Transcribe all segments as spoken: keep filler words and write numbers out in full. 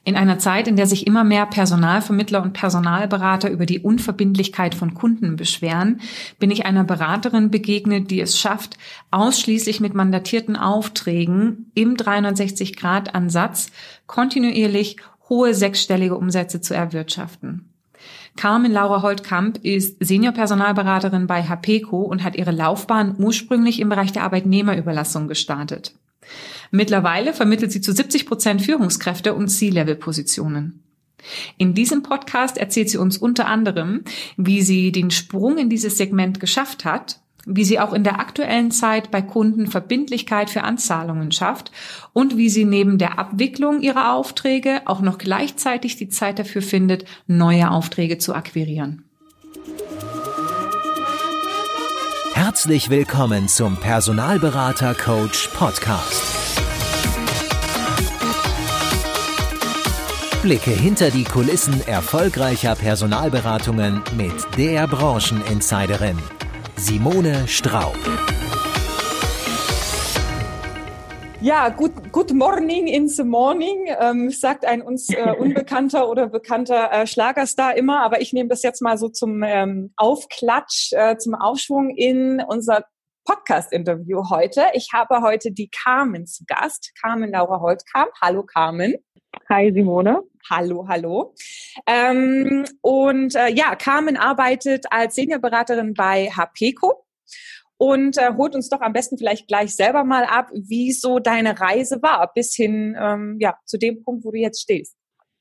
In einer Zeit, in der sich immer mehr Personalvermittler und Personalberater über die Unverbindlichkeit von Kunden beschweren, bin ich einer Beraterin begegnet, die es schafft, ausschließlich mit mandatierten Aufträgen im dreihundertsechzig-Grad-Ansatz kontinuierlich hohe sechsstellige Umsätze zu erwirtschaften. Carmen Laura Holtkamp ist Senior-Personalberaterin bei Hapeco und hat ihre Laufbahn ursprünglich im Bereich der Arbeitnehmerüberlassung gestartet. Mittlerweile vermittelt sie zu siebzig Prozent Führungskräfte und C-Level-Positionen. In diesem Podcast erzählt sie uns unter anderem, wie sie den Sprung in dieses Segment geschafft hat, wie sie auch in der aktuellen Zeit bei Kunden Verbindlichkeit für Anzahlungen schafft und wie sie neben der Abwicklung ihrer Aufträge auch noch gleichzeitig die Zeit dafür findet, neue Aufträge zu akquirieren. Herzlich willkommen zum Personalberater Coach Podcast. Blicke hinter die Kulissen erfolgreicher Personalberatungen mit der Brancheninsiderin Simone Straub. Ja, good, good morning in the morning, ähm, sagt ein uns äh, unbekannter oder bekannter äh, Schlagerstar immer. Aber ich nehme das jetzt mal so zum ähm, Aufklatsch, äh, zum Aufschwung in unser Podcast-Interview heute. Ich habe heute die Carmen zu Gast, Carmen Laura Holtkamp. Hallo Carmen. Hi Simone. Hallo, hallo. Ähm, und äh, ja, Carmen arbeitet als Seniorberaterin bei Hapeco und äh, holt uns doch am besten vielleicht gleich selber mal ab, wie so deine Reise war, bis hin ähm, ja, zu dem Punkt, wo du jetzt stehst.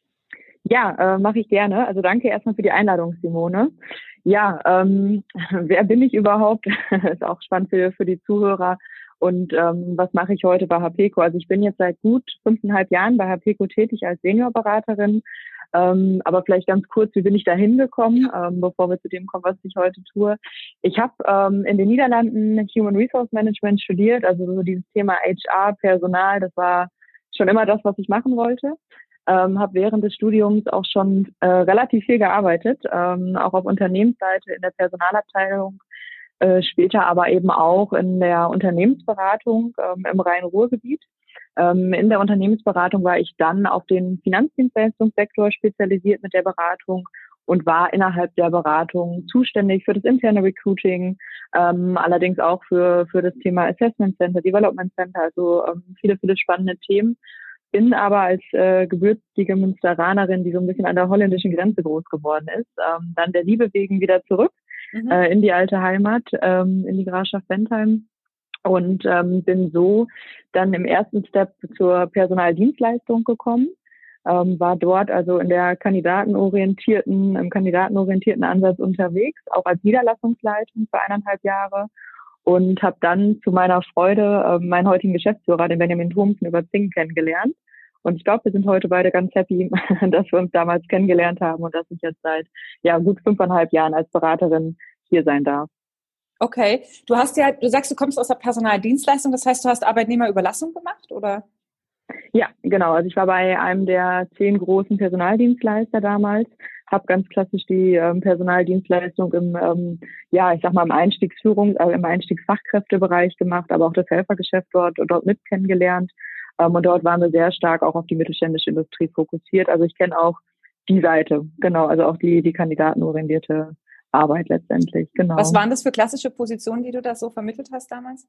Ja, äh, mache ich gerne. Also danke erstmal für die Einladung, Simone. Ja, ähm, wer bin ich überhaupt? Ist auch spannend für, für die Zuhörer. Und ähm, was mache ich heute bei Hapeco? Also ich bin jetzt seit gut fünfeinhalb Jahren bei Hapeco tätig als Seniorberaterin. Ähm, aber vielleicht ganz kurz, wie bin ich da hingekommen, ähm, bevor wir zu dem kommen, was ich heute tue. Ich habe ähm, in den Niederlanden Human Resource Management studiert, also so dieses Thema H R, Personal, das war schon immer das, was ich machen wollte. Ähm, habe während des Studiums auch schon äh, relativ viel gearbeitet, ähm, auch auf Unternehmensseite in der Personalabteilung. Äh, später aber eben auch in der Unternehmensberatung ähm, im Rhein-Ruhr-Gebiet. Ähm, in der Unternehmensberatung war ich dann auf den Finanzdienstleistungssektor spezialisiert mit der Beratung und war innerhalb der Beratung zuständig für das interne Recruiting, ähm, allerdings auch für für das Thema Assessment Center, Development Center, also ähm, viele, viele spannende Themen. Bin aber als äh, gebürtige Münsteranerin, die so ein bisschen an der holländischen Grenze groß geworden ist, ähm, dann der Liebe wegen wieder zurück. Mhm. Äh, in die alte Heimat, ähm, in die Grafschaft Bentheim und ähm, bin so dann im ersten Step zur Personaldienstleistung gekommen, ähm, war dort also in der kandidatenorientierten, im kandidatenorientierten Ansatz unterwegs, auch als Niederlassungsleitung für eineinhalb Jahre und habe dann zu meiner Freude äh, meinen heutigen Geschäftsführer, den Benjamin Thomsen, über Xing kennengelernt. Und ich glaube, wir sind heute beide ganz happy, dass wir uns damals kennengelernt haben und dass ich jetzt seit ja gut fünfeinhalb Jahren als Beraterin hier sein darf. Okay, du hast ja, du sagst, du kommst aus der Personaldienstleistung, das heißt, du hast Arbeitnehmerüberlassung gemacht, oder? Ja, genau. Also ich war bei einem der zehn großen Personaldienstleister damals, habe ganz klassisch die ähm, Personaldienstleistung im, ähm, ja, ich sag mal im Einstiegsführung, äh, im Einstiegsfachkräftebereich gemacht, aber auch das Helfergeschäft dort dort mit kennengelernt. Und dort waren wir sehr stark auch auf die mittelständische Industrie fokussiert. Also ich kenne auch die Seite, genau, also auch die die kandidatenorientierte Arbeit letztendlich, genau. Was waren das für klassische Positionen, die du da so vermittelt hast damals?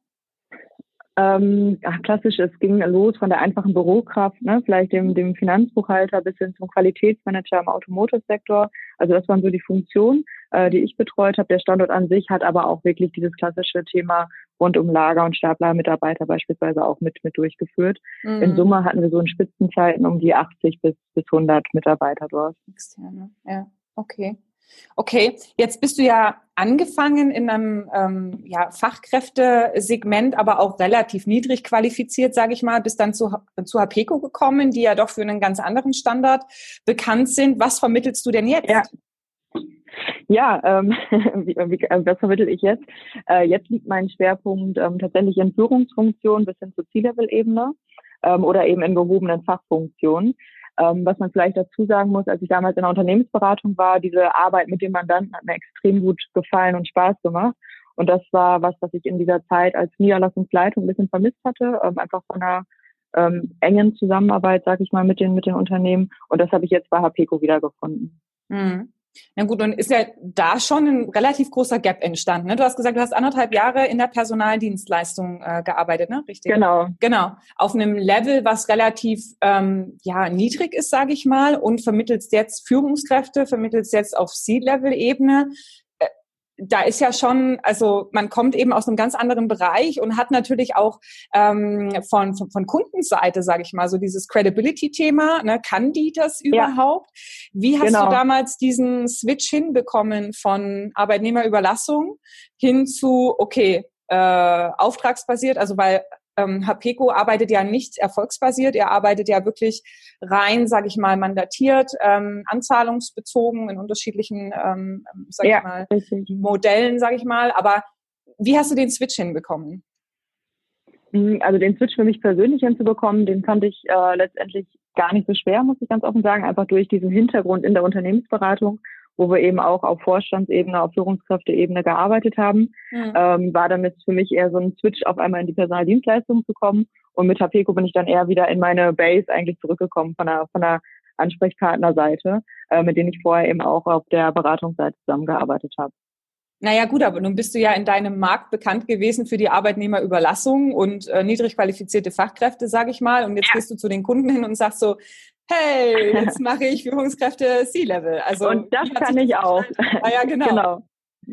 Ähm, ja, klassisch, es ging los von der einfachen Bürokraft, ne, vielleicht dem, dem Finanzbuchhalter bis hin zum Qualitätsmanager im Automotive-Sektor. Also das waren so die Funktionen, äh, die ich betreut habe. Der Standort an sich hat aber auch wirklich dieses klassische Thema rund um Lager- und Staplermitarbeiter beispielsweise auch mit mit durchgeführt. Mhm. In Summe hatten wir so in Spitzenzeiten um die achtzig bis bis hundert Mitarbeiter dort. Externe, ja, okay. Okay, jetzt bist du ja angefangen in einem ähm, ja, Fachkräftesegment, aber auch relativ niedrig qualifiziert, sage ich mal, bist dann zu, zu Hapeco gekommen, die ja doch für einen ganz anderen Standard bekannt sind. Was vermittelst du denn jetzt? Ja. Ja, ähm, wie, wie, was vermittle ich jetzt? Äh, jetzt liegt mein Schwerpunkt ähm, tatsächlich in Führungsfunktionen bis hin zur C-Level-Ebene ähm, oder eben in gehobenen Fachfunktionen. Ähm, was man vielleicht dazu sagen muss, als ich damals in der Unternehmensberatung war, diese Arbeit mit dem Mandanten hat mir extrem gut gefallen und Spaß gemacht. Und das war was, was ich in dieser Zeit als Niederlassungsleitung ein bisschen vermisst hatte, ähm, einfach von der ähm, engen Zusammenarbeit, sage ich mal, mit den mit den Unternehmen. Und das habe ich jetzt bei Hapeco wiedergefunden. Mhm. Na gut, und ist ja da schon ein relativ großer Gap entstanden. Ne? Du hast gesagt, du hast anderthalb Jahre in der Personaldienstleistung äh, gearbeitet, ne? Richtig? Genau. Genau. Auf einem Level, was relativ ähm, ja niedrig ist, sage ich mal, und vermittelst jetzt Führungskräfte, vermittelst jetzt auf C-Level-Ebene. Da ist ja schon, also man kommt eben aus einem ganz anderen Bereich und hat natürlich auch ähm, von, von, von Kundenseite, sage ich mal, so dieses Credibility-Thema, ne, kann die das überhaupt? Ja, Wie hast genau. du damals diesen Switch hinbekommen von Arbeitnehmerüberlassung hin zu, okay, äh, auftragsbasiert, also weil ähm, Hapeco arbeitet ja nicht erfolgsbasiert, er arbeitet ja wirklich rein, sage ich mal, mandatiert, ähm, anzahlungsbezogen in unterschiedlichen, ähm, sag ja, ich mal, richtig. Modellen, sage ich mal. Aber wie hast du den Switch hinbekommen? Also den Switch für mich persönlich hinzubekommen, den fand ich äh, letztendlich gar nicht so schwer, muss ich ganz offen sagen, einfach durch diesen Hintergrund in der Unternehmensberatung, wo wir eben auch auf Vorstandsebene, auf Führungskräfteebene gearbeitet haben, mhm. ähm, war damit für mich eher so ein Switch, auf einmal in die Personaldienstleistung zu kommen. Und mit Hapeco bin ich dann eher wieder in meine Base eigentlich zurückgekommen von der, von der Ansprechpartnerseite, äh, mit denen ich vorher eben auch auf der Beratungsseite zusammengearbeitet habe. Naja gut, aber nun bist du ja in deinem Markt bekannt gewesen für die Arbeitnehmerüberlassung und äh, niedrig qualifizierte Fachkräfte, sage ich mal. Und jetzt ja. gehst du zu den Kunden hin und sagst so, hey, jetzt mache ich Führungskräfte C-Level. Also, und das kann ich auch. Ah ja, genau. genau.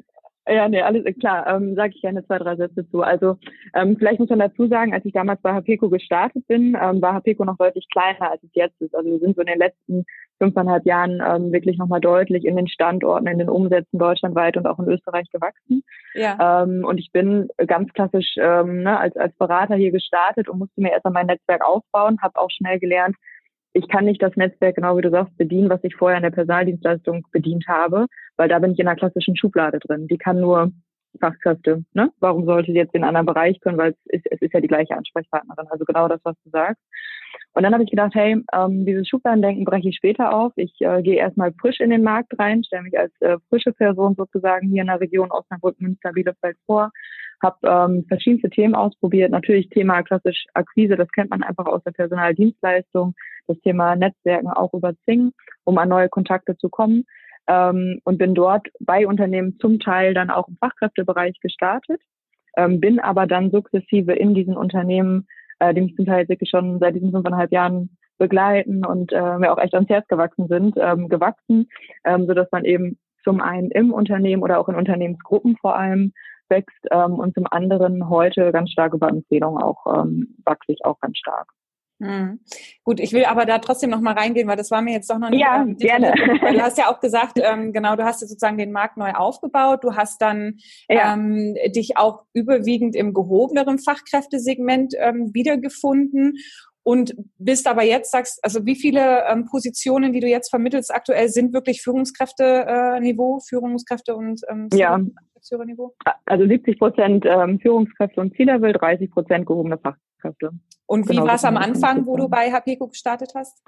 Ja, nee, alles klar. Ähm, sage ich gerne zwei, drei Sätze zu. Also ähm, vielleicht muss man dazu sagen, als ich damals bei Hapeco gestartet bin, ähm, war Hapeco noch deutlich kleiner, als es jetzt ist. Also wir sind so in den letzten fünfeinhalb Jahren ähm, wirklich nochmal deutlich in den Standorten, in den Umsätzen deutschlandweit und auch in Österreich gewachsen. Ja. Ähm, und ich bin ganz klassisch ähm, ne, als als Berater hier gestartet und musste mir erst einmal mein Netzwerk aufbauen, habe auch schnell gelernt, ich kann nicht das Netzwerk, genau wie du sagst, bedienen, was ich vorher in der Personaldienstleistung bedient habe, weil da bin ich in einer klassischen Schublade drin. Die kann nur Fachkräfte. Ne? Warum sollte sie jetzt in einen anderen Bereich können? Weil es ist, es ist ja die gleiche Ansprechpartnerin. Also genau das, was du sagst. Und dann habe ich gedacht, hey, ähm, dieses Schubladendenken breche ich später auf. Ich äh, gehe erstmal frisch in den Markt rein, stelle mich als äh, frische Person sozusagen hier in der Region Osnabrück, Münster, Bielefeld vor, habe ähm, verschiedenste Themen ausprobiert. Natürlich Thema klassisch Akquise, das kennt man einfach aus der Personaldienstleistung. Das Thema Netzwerken auch über Xing, um an neue Kontakte zu kommen. Ähm, und bin dort bei Unternehmen zum Teil dann auch im Fachkräftebereich gestartet, ähm, bin aber dann sukzessive in diesen Unternehmen, äh, die mich zum Teil wirklich schon seit diesen fünfeinhalb Jahren begleiten und äh, mir auch echt ans Herz gewachsen sind, ähm, gewachsen, ähm, sodass man eben zum einen im Unternehmen oder auch in Unternehmensgruppen vor allem wächst ähm, und zum anderen heute ganz stark über Empfehlungen auch ähm, wachse ich auch ganz stark. Hm. Gut, ich will aber da trotzdem noch mal reingehen, weil das war mir jetzt doch noch nicht. Ja, ähm, gerne. Weil du hast ja auch gesagt, ähm, genau, du hast ja sozusagen den Markt neu aufgebaut. Du hast dann ja. ähm, dich auch überwiegend im gehobeneren Fachkräftesegment ähm, wiedergefunden und bist aber jetzt, sagst, also wie viele ähm, Positionen, die du jetzt vermittelst aktuell, sind wirklich Führungskräfte-Niveau, äh, Führungskräfte und ähm, ja. Niveau? Also siebzig Prozent ähm, Führungskräfte und C-Level, dreißig Prozent gehobene Fachkräfte. Und wie genau, war es am Anfang, wo du bei Hapeco gestartet hast?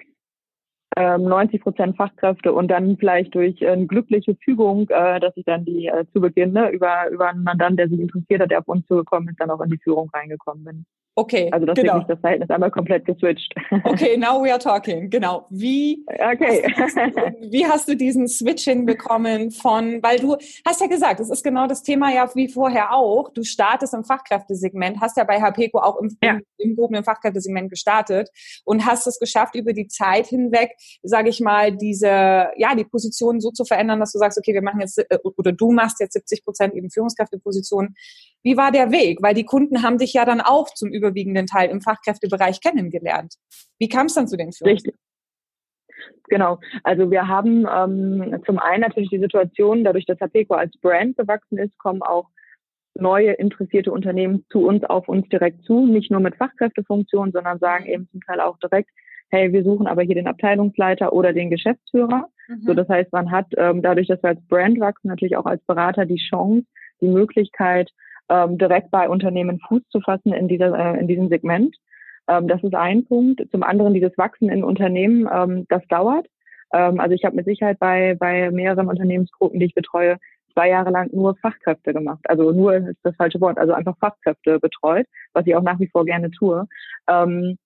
Ähm, neunzig Prozent Fachkräfte und dann vielleicht durch eine äh, glückliche Fügung, äh, dass ich dann die äh, zu Beginn ne, über über einen Mandant, der sich interessiert hat, der auf uns zugekommen ist, dann auch in die Führung reingekommen bin. Okay, also das genau. wirklich das Verhältnis einmal komplett geswitcht. Okay, now we are talking. Genau. Wie, okay. hast du diesen, wie hast du diesen Switch hinbekommen von, weil du hast ja gesagt, das ist genau das Thema ja wie vorher auch. Du startest im Fachkräftesegment, hast ja bei Hapeco auch im, ja. im, im gehobenen Fachkräftesegment gestartet und hast es geschafft, über die Zeit hinweg, sage ich mal, diese, ja, die Positionen so zu verändern, dass du sagst, okay, wir machen jetzt, oder du machst jetzt siebzig Prozent eben Führungskräftepositionen. Wie war der Weg? Weil die Kunden haben dich ja dann auch zum überwiegenden Teil im Fachkräftebereich kennengelernt. Wie kam es dann zu den Führungskräften? Richtig. Genau. Also wir haben ähm, zum einen natürlich die Situation, dadurch, dass Hapeco als Brand gewachsen ist, kommen auch neue interessierte Unternehmen zu uns, auf uns direkt zu, nicht nur mit Fachkräftefunktionen, sondern sagen eben zum Teil auch direkt, hey, wir suchen aber hier den Abteilungsleiter oder den Geschäftsführer. Mhm. So, das heißt, man hat ähm, dadurch, dass wir als Brand wachsen, natürlich auch als Berater die Chance, die Möglichkeit, ähm, direkt bei Unternehmen Fuß zu fassen in dieser äh, in diesem Segment. Ähm, das ist ein Punkt. Zum anderen dieses Wachsen in Unternehmen, ähm, das dauert. Ähm, also ich habe mit Sicherheit bei bei mehreren Unternehmensgruppen, die ich betreue, zwei Jahre lang nur Fachkräfte gemacht. Also nur ist das falsche Wort, also einfach Fachkräfte betreut, was ich auch nach wie vor gerne tue. Ähm,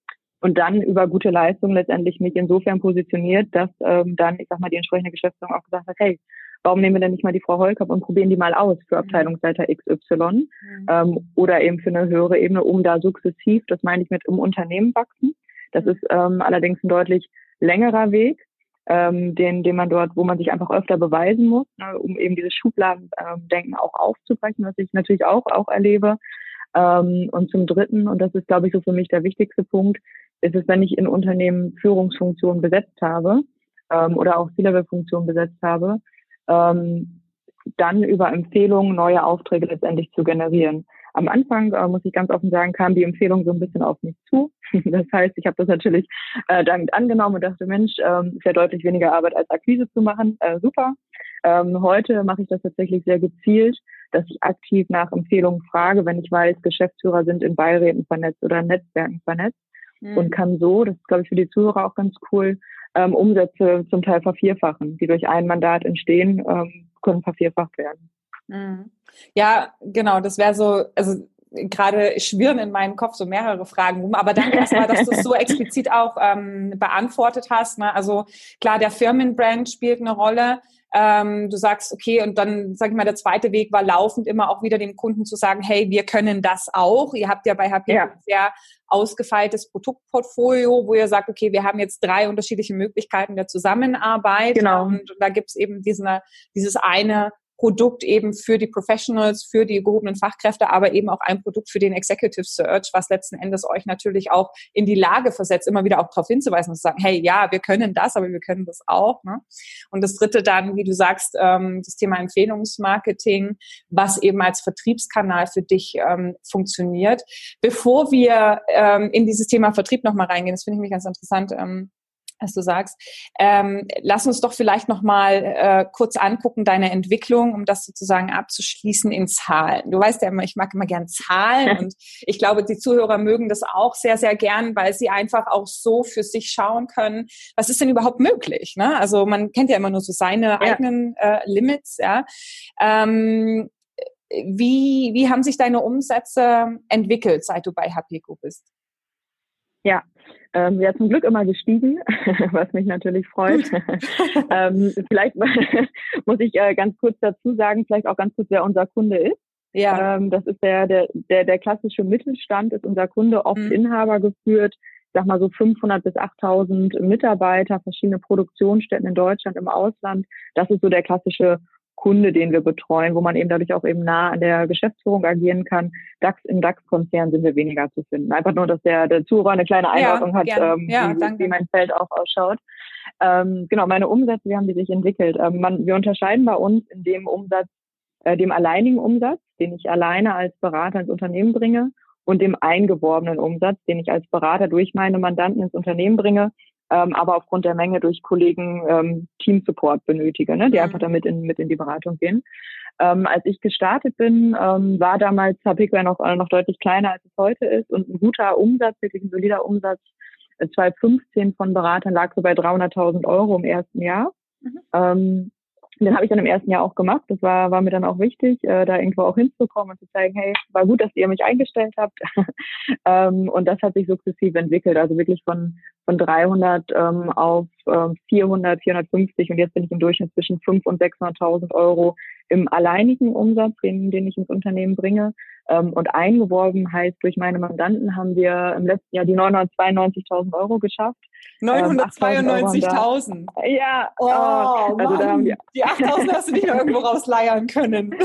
und dann über gute Leistung letztendlich mich insofern positioniert, dass ähm, dann, ich sag mal, die entsprechende Geschäftsführung auch gesagt hat, hey, warum nehmen wir denn nicht mal die Frau Holkap und probieren die mal aus für Abteilungsleiter X Y mhm. ähm, oder eben für eine höhere Ebene, um da sukzessiv, das meine ich mit im Unternehmen wachsen. Das ist ähm, allerdings ein deutlich längerer Weg, ähm, den, den man dort, wo man sich einfach öfter beweisen muss, ne, um eben dieses Schubladendenken auch aufzubrechen, was ich natürlich auch auch erlebe. Ähm, und zum Dritten, und das ist, glaube ich, so für mich der wichtigste Punkt, ist es, wenn ich in Unternehmen Führungsfunktionen besetzt habe ähm, oder auch C-Level-Funktionen besetzt habe, ähm, dann über Empfehlungen neue Aufträge letztendlich zu generieren. Am Anfang, äh, muss ich ganz offen sagen, kam die Empfehlung so ein bisschen auf mich zu. Das heißt, ich habe das natürlich äh, dankend angenommen und dachte, Mensch, ähm, ist ja deutlich weniger Arbeit als Akquise zu machen. Äh, super. Ähm, heute mache ich das tatsächlich sehr gezielt, dass ich aktiv nach Empfehlungen frage, wenn ich weiß, Geschäftsführer sind in Beiräten vernetzt oder in Netzwerken vernetzt mhm. und kann so, das ist, glaube ich, für die Zuhörer auch ganz cool, ähm, Umsätze zum Teil vervierfachen, die durch ein Mandat entstehen, ähm, können vervierfacht werden. Mhm. Ja, genau, das wäre so, also gerade schwirren in meinem Kopf so mehrere Fragen rum, aber danke erstmal, dass du es so explizit auch ähm, beantwortet hast. Ne? Also klar, der Firmenbrand spielt eine Rolle. Ähm, du sagst, okay, und dann, sag ich mal, der zweite Weg war laufend immer auch wieder dem Kunden zu sagen, hey, wir können das auch. Ihr habt ja bei H P ja. ein sehr ausgefeiltes Produktportfolio, wo ihr sagt, okay, wir haben jetzt drei unterschiedliche Möglichkeiten der Zusammenarbeit. Genau. Und da gibt's eben diesen, dieses eine Produkt eben für die Professionals, für die gehobenen Fachkräfte, aber eben auch ein Produkt für den Executive Search, was letzten Endes euch natürlich auch in die Lage versetzt, immer wieder auch darauf hinzuweisen und zu sagen, hey, ja, wir können das, aber wir können das auch. Ne? Und das dritte dann, wie du sagst, ähm, das Thema Empfehlungsmarketing, was eben als Vertriebskanal für dich ähm, funktioniert. Bevor wir ähm, in dieses Thema Vertrieb nochmal reingehen, das finde ich mich ganz interessant, ähm, was du sagst. Ähm, lass uns doch vielleicht noch mal äh, kurz angucken, deine Entwicklung, um das sozusagen abzuschließen in Zahlen. Du weißt ja immer, ich mag immer gern Zahlen und ich glaube, die Zuhörer mögen das auch sehr, sehr gern, weil sie einfach auch so für sich schauen können, was ist denn überhaupt möglich? Ne? Also man kennt ja immer nur so seine ja. eigenen äh, Limits. Ja. Ähm, wie, wie haben sich deine Umsätze entwickelt, seit du bei Hapeco bist? Ja, ähm, ja, zum Glück immer gestiegen, was mich natürlich freut. ähm, vielleicht muss ich äh, ganz kurz dazu sagen, vielleicht auch ganz kurz, wer unser Kunde ist. Ja. Ähm, das ist der, der, der, der klassische Mittelstand, ist unser Kunde, oft mhm. Inhaber geführt. Ich sag mal so fünfhundert bis achttausend Mitarbeiter, verschiedene Produktionsstätten in Deutschland, im Ausland. Das ist so der klassische Kunde, den wir betreuen, wo man eben dadurch auch eben nah an der Geschäftsführung agieren kann. DAX, im DAX-Konzern sind wir weniger zu finden. Einfach nur, dass der, der Zuhörer eine kleine Einordnung ja, hat, ähm, ja, wie, wie mein Feld auch ausschaut. Ähm, genau, meine Umsätze, wie haben die sich entwickelt? Ähm, man, wir unterscheiden bei uns in dem Umsatz, äh, dem alleinigen Umsatz, den ich alleine als Berater ins Unternehmen bringe, und dem eingeworbenen Umsatz, den ich als Berater durch meine Mandanten ins Unternehmen bringe, ähm, aber aufgrund der Menge durch Kollegen ähm, Team-Support benötige, ne, die mhm. einfach damit in, mit in die Beratung gehen. Ähm, als ich gestartet bin, ähm, war damals Hapeco ja noch, äh, noch deutlich kleiner, als es heute ist, und ein guter Umsatz, wirklich ein solider Umsatz, äh, zwanzig fünfzehn von Beratern lag so bei dreihunderttausend Euro im ersten Jahr. Mhm. Ähm, den habe ich dann im ersten Jahr auch gemacht. Das war, war mir dann auch wichtig, äh, da irgendwo auch hinzukommen und zu zeigen, hey, war gut, dass ihr mich eingestellt habt. ähm, und das hat sich sukzessiv entwickelt. Also wirklich von, von dreihundert ähm, auf ähm, vierhundert, vierhundertfünfzig, und jetzt bin ich im Durchschnitt zwischen fünfhunderttausend und sechshunderttausend Euro im alleinigen Umsatz, den, den ich ins Unternehmen bringe. Ähm, und eingeworben heißt, durch meine Mandanten haben wir im letzten Jahr die neunhundertzweiundneunzigtausend Euro geschafft. neunhundertzweiundneunzigtausend? Ähm, ja. Oh, oh also da haben wir die achttausend hast du nicht mehr irgendwo rausleiern können.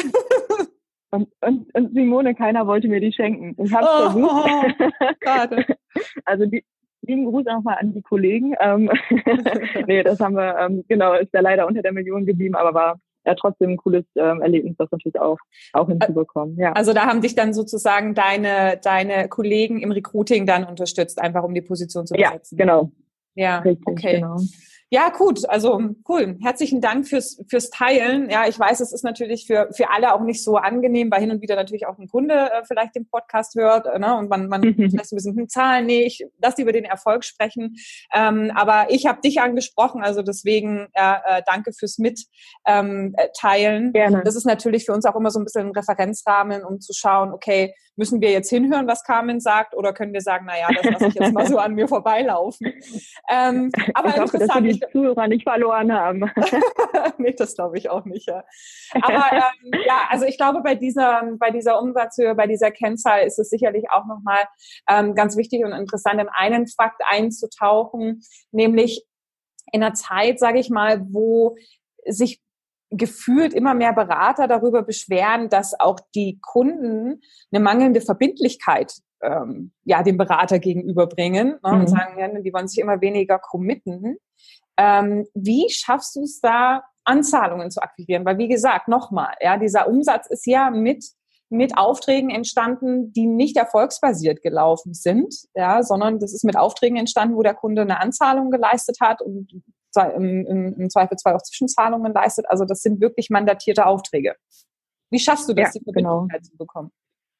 Und, und, und Simone, keiner wollte mir die schenken. Ich habe es oh, versucht. Oh, schade. Also die, lieben Gruß auch mal an die Kollegen. Ähm, nee, das haben wir, ähm, genau, ist ja leider unter der Million geblieben, aber war ja trotzdem ein cooles ähm, Erlebnis, das natürlich auch, auch hinzubekommen. Ja. Also da haben dich dann sozusagen deine, deine Kollegen im Recruiting dann unterstützt, einfach um die Position zu besetzen. Ja, genau. Ja, richtig, okay. Genau. Ja, gut, also cool. Herzlichen Dank fürs fürs Teilen. Ja, ich weiß, es ist natürlich für für alle auch nicht so angenehm, weil hin und wieder natürlich auch ein Kunde äh, vielleicht den Podcast hört, äh, ne, und man man vielleicht so ein bisschen hm, Zahlen, nee, ich lass über den Erfolg sprechen. Ähm, aber ich habe dich angesprochen, also deswegen äh, äh, danke fürs Mit ähm, teilen. Gerne. Das ist natürlich für uns auch immer so ein bisschen ein Referenzrahmen, um zu schauen, okay, müssen wir jetzt hinhören, was Carmen sagt, oder können wir sagen, na ja, das lasse ich jetzt mal so an mir vorbeilaufen. Ähm, aber ich hoffe, interessant. dass wir die Zuhörer nicht verloren haben. Nee, das glaube ich auch nicht, ja. Aber ähm, ja, also ich glaube, bei dieser, bei dieser Umsatzhöhe, bei dieser Kennzahl ist es sicherlich auch nochmal ähm, ganz wichtig und interessant, in einen Fakt einzutauchen, nämlich in einer Zeit, sage ich mal, wo sich gefühlt immer mehr Berater darüber beschweren, dass auch die Kunden eine mangelnde Verbindlichkeit ähm, ja dem Berater gegenüberbringen, ne, mhm. und sagen, ja, die wollen sich immer weniger committen. Ähm, wie schaffst du es da, Anzahlungen zu akquirieren? Weil wie gesagt, nochmal, ja, dieser Umsatz ist ja mit mit Aufträgen entstanden, die nicht erfolgsbasiert gelaufen sind, ja, sondern das ist mit Aufträgen entstanden, wo der Kunde eine Anzahlung geleistet hat und im, im, im Zweifelsfall auch Zwischenzahlungen leistet. Also das sind wirklich mandatierte Aufträge. Wie schaffst du das, ja, die Verbindlichkeit genau. zu bekommen?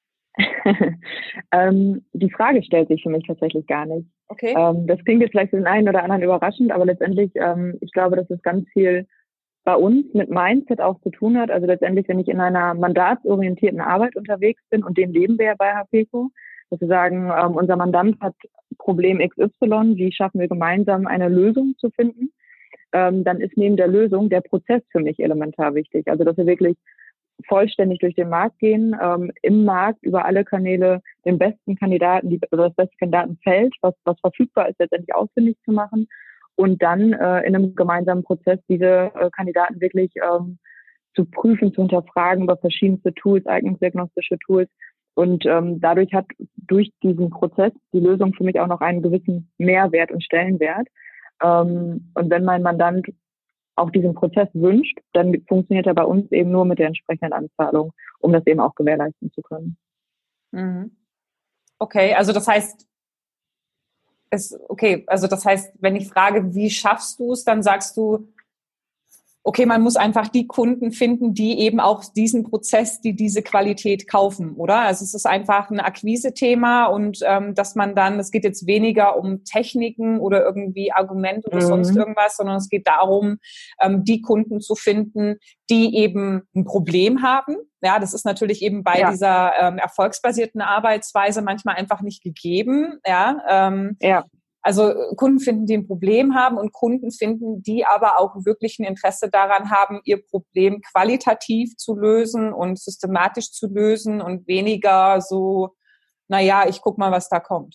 ähm, die Frage stellt sich für mich tatsächlich gar nicht. Okay. Ähm, das klingt jetzt vielleicht für den einen oder anderen überraschend, aber letztendlich, ähm, ich glaube, dass es ganz viel bei uns mit Mindset auch zu tun hat. Also letztendlich, wenn ich in einer mandatsorientierten Arbeit unterwegs bin, und den leben wir ja bei HAPECO, dass wir sagen, ähm, unser Mandant hat Problem X Y, wie schaffen wir gemeinsam eine Lösung zu finden, ähm, dann ist neben der Lösung der Prozess für mich elementar wichtig. Also dass wir wirklich vollständig durch den Markt gehen, ähm, im Markt über alle Kanäle den besten Kandidaten, die, oder das beste Kandidatenfeld, was, was verfügbar ist, letztendlich ausfindig zu machen und dann äh, in einem gemeinsamen Prozess diese äh, Kandidaten wirklich ähm, zu prüfen, zu hinterfragen über verschiedenste Tools, eignungsdiagnostische Tools. Und ähm, dadurch hat durch diesen Prozess die Lösung für mich auch noch einen gewissen Mehrwert und Stellenwert. Ähm, und wenn mein Mandant auch diesen Prozess wünscht, dann funktioniert er bei uns eben nur mit der entsprechenden Anzahlung, um das eben auch gewährleisten zu können. Mhm. Okay, also das heißt, es, okay, also das heißt, wenn ich frage, wie schaffst du es, dann sagst du, okay, man muss einfach die Kunden finden, die eben auch diesen Prozess, die diese Qualität kaufen, oder? Also es ist einfach ein Akquise-Thema und ähm, dass man dann, es geht jetzt weniger um Techniken oder irgendwie Argumente oder mhm. sonst irgendwas, sondern es geht darum, ähm, die Kunden zu finden, die eben ein Problem haben. Ja, das ist natürlich eben bei ja. dieser ähm, erfolgsbasierten Arbeitsweise manchmal einfach nicht gegeben. Ja, ähm, ja. Also Kunden finden, die ein Problem haben und Kunden finden, die aber auch wirklich ein Interesse daran haben, ihr Problem qualitativ zu lösen und systematisch zu lösen und weniger so, naja, ich guck mal, was da kommt.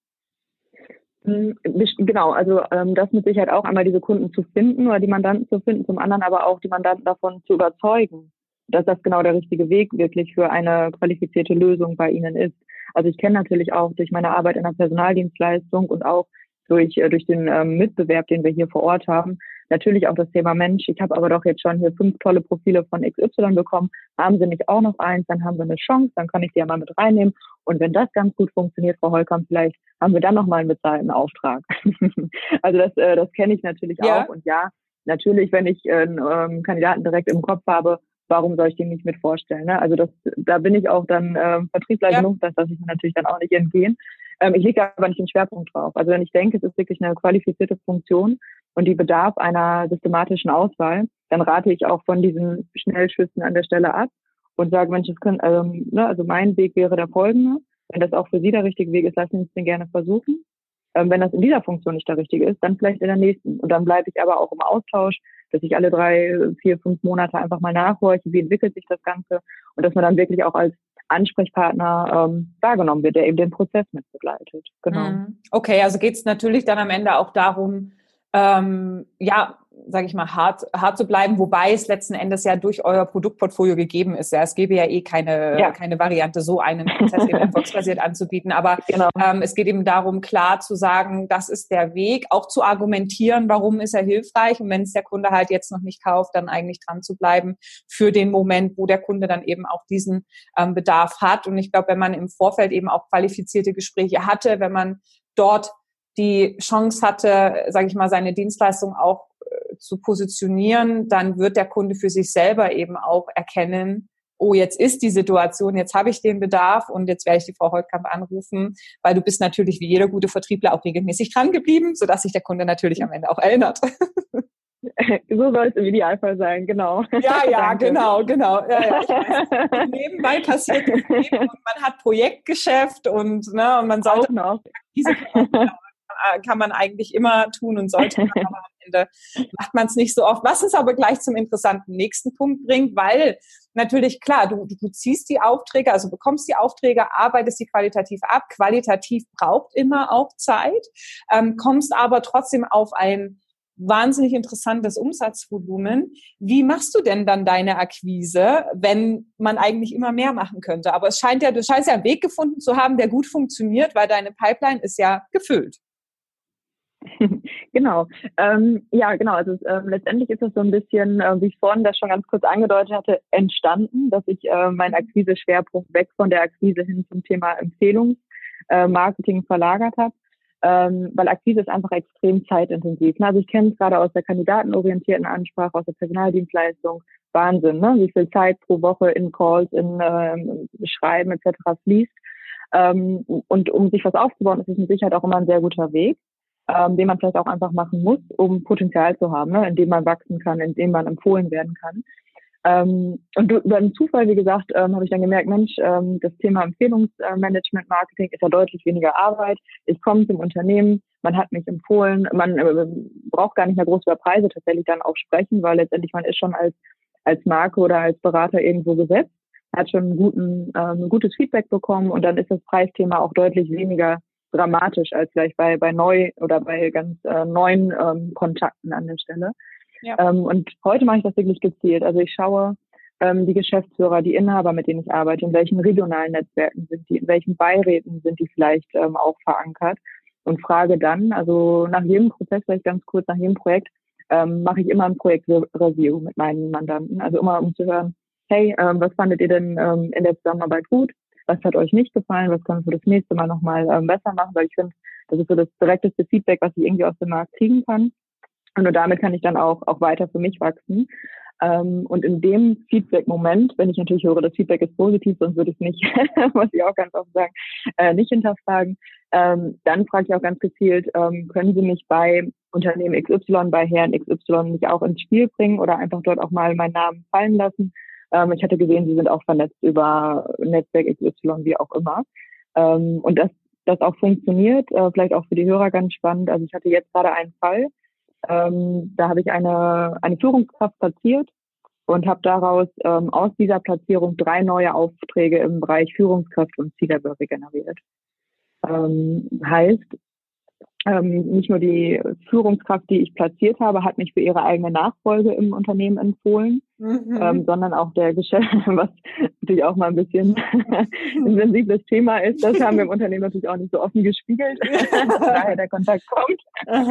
Genau, also ähm, das mit Sicherheit auch einmal diese Kunden zu finden oder die Mandanten zu finden, zum anderen aber auch die Mandanten davon zu überzeugen, dass das genau der richtige Weg wirklich für eine qualifizierte Lösung bei ihnen ist. Also ich kenne natürlich auch durch meine Arbeit in der Personaldienstleistung und auch durch durch den ähm, Mitbewerb, den wir hier vor Ort haben, natürlich auch das Thema Mensch. Ich habe aber doch jetzt schon hier fünf tolle Profile von X Y bekommen. Haben Sie nicht auch noch eins, dann haben wir eine Chance, dann kann ich die ja mal mit reinnehmen. Und wenn das ganz gut funktioniert, Frau Holkamp, vielleicht haben wir dann noch mal einen bezahlten Auftrag. Also das äh, das kenne ich natürlich ja. auch. Und ja, natürlich, wenn ich einen ähm, Kandidaten direkt im Kopf habe, warum soll ich den nicht mit vorstellen? Ne? Also das, da bin ich auch dann ähm, Vertriebler ja. genug, dass das ich mir natürlich dann auch nicht entgehen. Ähm, ich lege aber nicht den Schwerpunkt drauf. Also wenn ich denke, es ist wirklich eine qualifizierte Funktion und die bedarf einer systematischen Auswahl, dann rate ich auch von diesen Schnellschüssen an der Stelle ab und sage, Mensch, das können, ähm, ne, also mein Weg wäre der folgende. Wenn das auch für Sie der richtige Weg ist, lassen Sie uns den gerne versuchen. Ähm, wenn das in dieser Funktion nicht der richtige ist, dann vielleicht in der nächsten. Und dann bleibe ich aber auch im Austausch, dass ich alle drei, vier, fünf Monate einfach mal nachhorche, wie entwickelt sich das Ganze und dass man dann wirklich auch als Ansprechpartner ähm, wahrgenommen wird, der eben den Prozess mit begleitet. Genau. Okay, also geht es natürlich dann am Ende auch darum, ähm, ja, sage ich mal, hart, hart zu bleiben, wobei es letzten Endes ja durch euer Produktportfolio gegeben ist. Ja, es gäbe ja eh keine, ja. keine Variante, so einen Prozess eben erfolgsbasiert anzubieten. Aber genau. ähm, es geht eben darum, klar zu sagen, das ist der Weg, auch zu argumentieren, warum ist er hilfreich. Und wenn es der Kunde halt jetzt noch nicht kauft, dann eigentlich dran zu bleiben für den Moment, wo der Kunde dann eben auch diesen ähm, Bedarf hat. Und ich glaube, wenn man im Vorfeld eben auch qualifizierte Gespräche hatte, wenn man dort die Chance hatte, sage ich mal, seine Dienstleistung auch zu positionieren, dann wird der Kunde für sich selber eben auch erkennen, oh, jetzt ist die Situation, jetzt habe ich den Bedarf und jetzt werde ich die Frau Holtkamp anrufen, weil du bist natürlich wie jeder gute Vertriebler auch regelmäßig dran geblieben, sodass sich der Kunde natürlich am Ende auch erinnert. So soll es im Idealfall sein, genau. Ja, ja, genau, genau. Ja, ja, ich weiß. Nebenbei passiert das Leben und man hat Projektgeschäft und, ne, und man sollte auch noch. Diese kann man eigentlich immer tun und sollte man, aber am Ende macht man es nicht so oft. Was uns aber gleich zum interessanten nächsten Punkt bringt, weil natürlich, klar, du, du ziehst die Aufträge, also bekommst die Aufträge, arbeitest die qualitativ ab. Qualitativ braucht immer auch Zeit, ähm, kommst aber trotzdem auf ein wahnsinnig interessantes Umsatzvolumen. Wie machst du denn dann deine Akquise, wenn man eigentlich immer mehr machen könnte? Aber es scheint ja, du scheinst ja einen Weg gefunden zu haben, der gut funktioniert, weil deine Pipeline ist ja gefüllt. Genau. Ähm, ja, genau. Also ähm, letztendlich ist das so ein bisschen, äh, wie ich vorhin das schon ganz kurz angedeutet hatte, entstanden, dass ich äh, meinen Akquise-Schwerpunkt weg von der Akquise hin zum Thema Empfehlungsmarketing äh, verlagert habe. Ähm, weil Akquise ist einfach extrem zeitintensiv. Also ich kenne es gerade aus der kandidatenorientierten Ansprache, aus der Personaldienstleistung. Wahnsinn, ne? Wie viel Zeit pro Woche in Calls, in ähm, Schreiben et cetera fließt. Ähm, und um sich was aufzubauen, ist es mit Sicherheit auch immer ein sehr guter Weg, ähm, den man vielleicht auch einfach machen muss, um Potenzial zu haben, ne? Indem man wachsen kann, indem man empfohlen werden kann. Ähm, und über einen Zufall, wie gesagt, ähm, habe ich dann gemerkt, Mensch, ähm, das Thema Empfehlungsmanagement, Marketing ist ja deutlich weniger Arbeit. Ich komme zum Unternehmen, man hat mich empfohlen, man äh, braucht gar nicht mehr groß über Preise tatsächlich dann auch sprechen, weil letztendlich man ist schon als als Marke oder als Berater irgendwo gesetzt, hat schon einen guten, ähm, ein gutes Feedback bekommen und dann ist das Preisthema auch deutlich weniger dramatisch als vielleicht bei bei neu oder bei ganz äh, neuen ähm, Kontakten an der Stelle. Ja. Ähm, und heute mache ich das wirklich gezielt. Also ich schaue ähm, die Geschäftsführer, die Inhaber, mit denen ich arbeite, in welchen regionalen Netzwerken sind die, in welchen Beiräten sind die vielleicht ähm, auch verankert und frage dann, also nach jedem Prozess, vielleicht ganz kurz nach jedem Projekt, ähm, mache ich immer ein Projektreview mit meinen Mandanten. Also immer um zu hören, hey, ähm, was fandet ihr denn ähm, in der Zusammenarbeit gut? Was hat euch nicht gefallen? Was können wir das nächste Mal nochmal ähm, besser machen? Weil ich finde, das ist so das direkteste Feedback, was ich irgendwie aus dem Markt kriegen kann. Und nur damit kann ich dann auch auch weiter für mich wachsen. Ähm, und in dem Feedback-Moment, wenn ich natürlich höre, das Feedback ist positiv, sonst würde ich es nicht, muss ich auch ganz oft sagen, äh, nicht hinterfragen, ähm, dann frage ich auch ganz gezielt, ähm, können Sie mich bei Unternehmen X Y, bei Herrn X Y mich auch ins Spiel bringen oder einfach dort auch mal meinen Namen fallen lassen? Ähm, ich hatte gesehen, Sie sind auch vernetzt über Netzwerk X Y, wie auch immer. Ähm, und das das auch funktioniert, äh, vielleicht auch für die Hörer ganz spannend. Also ich hatte jetzt gerade einen Fall, Ähm, da habe ich eine eine Führungskraft platziert und habe daraus ähm, aus dieser Platzierung drei neue Aufträge im Bereich Führungskraft und C-Level generiert. Ähm, heißt, ähm, nicht nur die Führungskraft, die ich platziert habe, hat mich für ihre eigene Nachfolge im Unternehmen empfohlen, mhm. ähm, sondern auch der Geschäft, was natürlich auch mal ein bisschen ein sensibles Thema ist. Das haben wir im Unternehmen natürlich auch nicht so offen gespiegelt, daher der Kontakt kommt.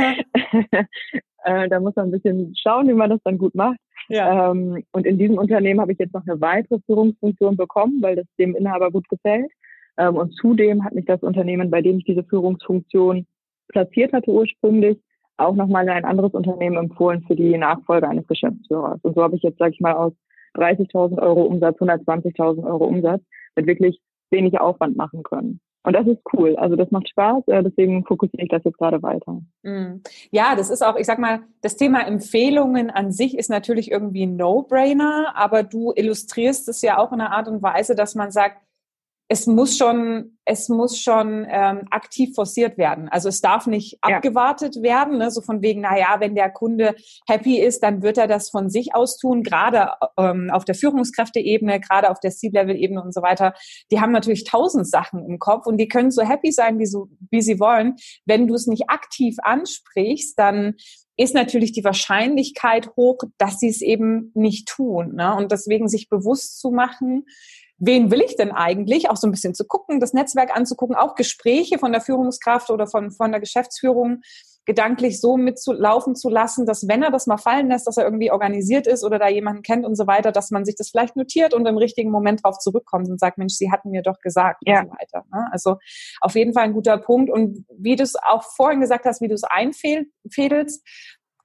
äh, da muss man ein bisschen schauen, wie man das dann gut macht. Ja. Ähm, und in diesem Unternehmen habe ich jetzt noch eine weitere Führungsfunktion bekommen, weil das dem Inhaber gut gefällt. Ähm, und zudem hat mich das Unternehmen, bei dem ich diese Führungsfunktion platziert hatte ursprünglich, auch nochmal ein anderes Unternehmen empfohlen für die Nachfolge eines Geschäftsführers. Und so habe ich jetzt, sage ich mal, aus dreißigtausend Euro Umsatz, hundertzwanzigtausend Euro Umsatz mit wirklich wenig Aufwand machen können. Und das ist cool. Also das macht Spaß, deswegen fokussiere ich das jetzt gerade weiter. Ja, das ist auch, ich sag mal, das Thema Empfehlungen an sich ist natürlich irgendwie ein No-Brainer, aber du illustrierst es ja auch in einer Art und Weise, dass man sagt, es muss schon, es muss schon ähm, aktiv forciert werden. Also es darf nicht ja. abgewartet werden, ne? So von wegen, na ja, wenn der Kunde happy ist, dann wird er das von sich aus tun. Gerade ähm, auf der Führungskräfteebene, gerade auf der C-Level-Ebene und so weiter. Die haben natürlich tausend Sachen im Kopf und die können so happy sein, wie, so, wie sie wollen. Wenn du es nicht aktiv ansprichst, dann ist natürlich die Wahrscheinlichkeit hoch, dass sie es eben nicht tun. Ne? Und deswegen sich bewusst zu machen, wen will ich denn eigentlich? Auch so ein bisschen zu gucken, das Netzwerk anzugucken, auch Gespräche von der Führungskraft oder von, von der Geschäftsführung gedanklich so mitzulaufen zu lassen, dass wenn er das mal fallen lässt, dass er irgendwie organisiert ist oder da jemanden kennt und so weiter, dass man sich das vielleicht notiert und im richtigen Moment drauf zurückkommt und sagt, Mensch, Sie hatten mir doch gesagt ja. und so weiter. Also auf jeden Fall ein guter Punkt. Und wie du es auch vorhin gesagt hast, wie du es einfädelst,